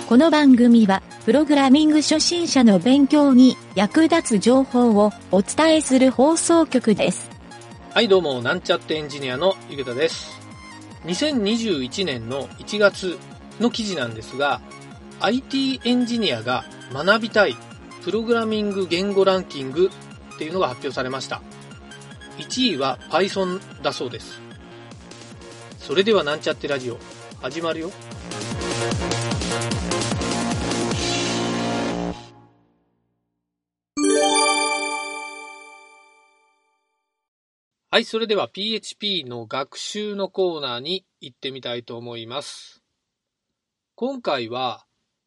この番組は、プログラミング初心者の勉強に役立つ情報をお伝えする放送局です。 はい、どうも、なんちゃってエンジニアのゆげたです。2021年の1月の記事なんですが、IT エンジニアが学びたいプログラミング言語ランキングっていうのが発表されました。1位は Python だそうです。それではなんちゃってラジオ、始まるよ。はい、それでは PHP の学習のコーナーに行ってみたいと思います。今回は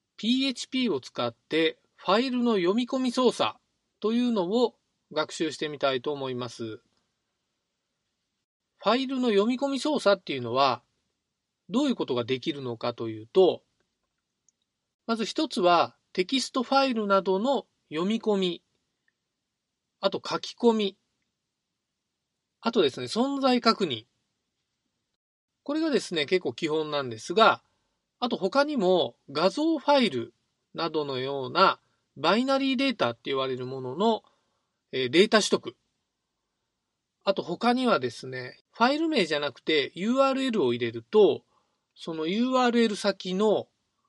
PHP を使ってファイルの読み込み操作というのを学習してみたいと思います。ファイルの読み込み操作っていうのはどういうことができるのかというと、まず一つはテキストファイルなどの読み込み、あと書き込み、あとですね、存在確認。これがですね、結構基本なんですが、あと他にも画像ファイルなどのようなバイナリーデータって言われるもののデータ取得。あと他にはですね、ファイル名じゃなくて URL を入れると、その URL 先の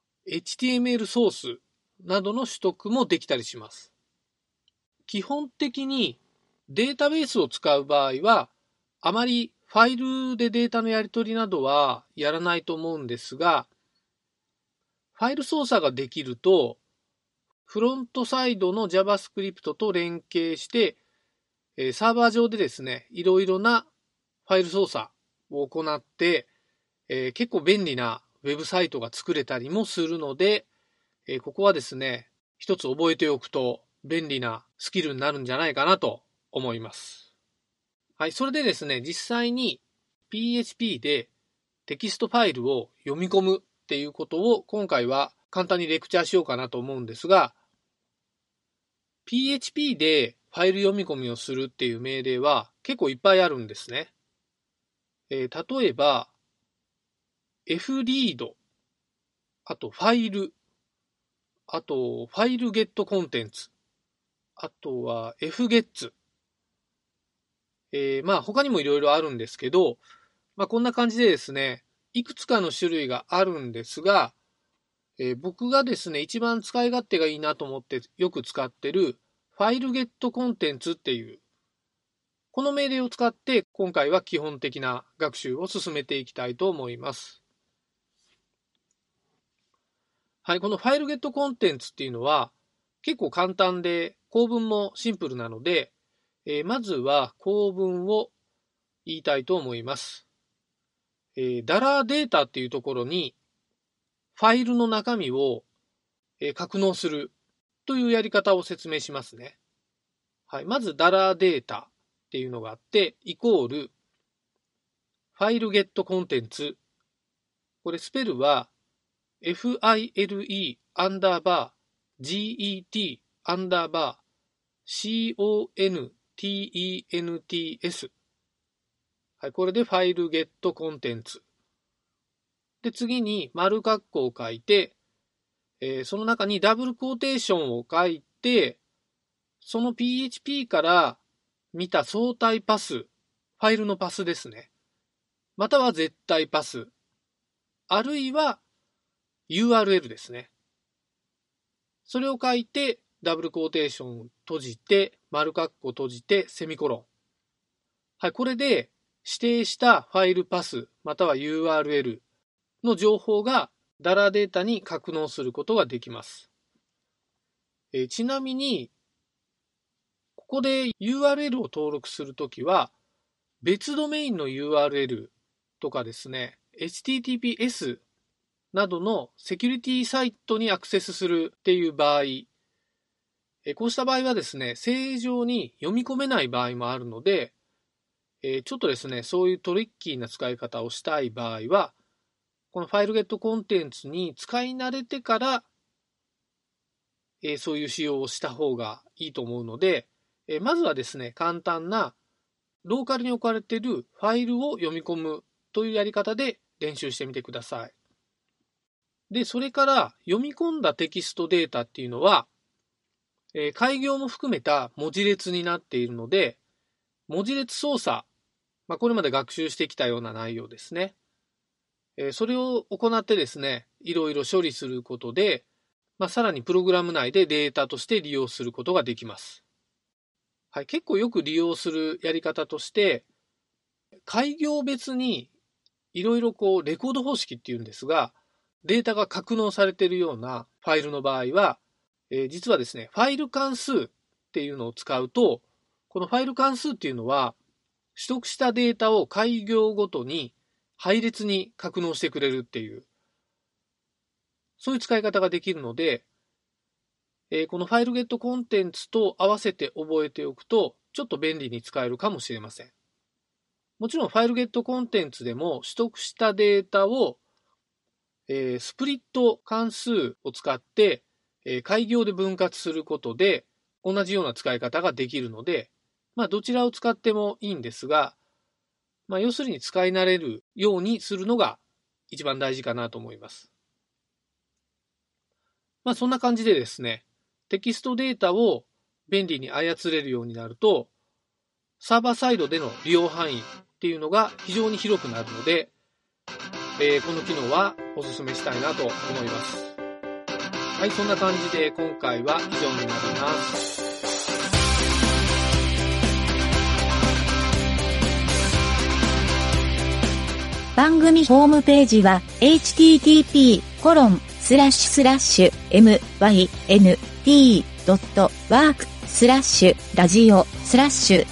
HTML ソースなどの取得もできたりします。基本的にデータベースを使う場合は、あまりファイルでデータのやり取りなどはやらないと思うんですが、ファイル操作ができると、フロントサイドの JavaScript と連携して、サーバー上でですね、いろいろなファイル操作を行って、結構便利なウェブサイトが作れたりもするので、ここはですね、一つ覚えておくと便利なスキルになるんじゃないかなと思います。はい、それでですね、実際に PHP でテキストファイルを読み込むっていうことを今回は簡単にレクチャーしようかなと思うんですが、PHP でファイル読み込みをするっていう命令は結構いっぱいあるんですね。例えば、fread、あとファイル、あとファイルゲットコンテンツ、あとは fgets、まあ他にもいろいろあるんですけど、まあこんな感じでですね、いくつかの種類があるんですが、僕がですね、一番使い勝手がいいなと思ってよく使ってるファイルゲットコンテンツっていう、この命令を使って今回は基本的な学習を進めていきたいと思います。はい、このファイルゲットコンテンツっていうのは結構簡単で構文もシンプルなので、まずは構文を言いたいと思います。ダラーデータっていうところにファイルの中身を格納するというやり方を説明しますね。はい、まずダラーデータっていうのがあって、イコールファイルゲットコンテンツ。これスペルは file アンダーバー get アンダーバー contents。はい、これでファイルゲットコンテンツ。で、次に丸括弧を書いて、その中にダブルクォーテーションを書いて、その PHP から見た相対パス、ファイルのパスですね。または絶対パス、あるいは URL ですね。それを書いて、ダブルクォーテーションを閉じて、丸括弧閉じて、セミコロン。はい、これで指定したファイルパス、または URL の情報がダラデータに格納することができます。ちなみに、ここで URL を登録するときは、別ドメインの URL とかですね、HTTPS などのセキュリティサイトにアクセスするっていう場合、こうした場合はですね、正常に読み込めない場合もあるので、ちょっとですね、そういうトリッキーな使い方をしたい場合は、このファイルゲットコンテンツに使い慣れてから、そういう使用をした方がいいと思うので、まずはですね、簡単なローカルに置かれているファイルを読み込むというやり方で練習してみてください。 で、それから読み込んだテキストデータっていうのは、改行も含めた文字列になっているので、文字列操作、これまで学習してきたような内容ですね。それを行ってですね、いろいろ処理することで、さらにプログラム内でデータとして利用することができます。はい、結構よく利用するやり方として、改行別にいろいろレコード方式っていうんですが、データが格納されているようなファイルの場合は、実はですね、ファイル関数っていうのを使うと、このファイル関数っていうのは、取得したデータを改行ごとに配列に格納してくれるっていう、そういう使い方ができるので、このファイルゲットコンテンツと合わせて覚えておくと、ちょっと便利に使えるかもしれません。もちろんファイルゲットコンテンツでも取得したデータを、スプリット関数を使って、改行で分割することで同じような使い方ができるので、どちらを使ってもいいんですが、要するに使い慣れるようにするのが一番大事かなと思います。そんな感じでですね、テキストデータを便利に操れるようになると、サーバーサイドでの利用範囲っていうのが非常に広くなるので、この機能はお勧めしたいなと思います。はい、そんな感じで今回は以上になります。 番組ホームページは http://mynt.work/radio/.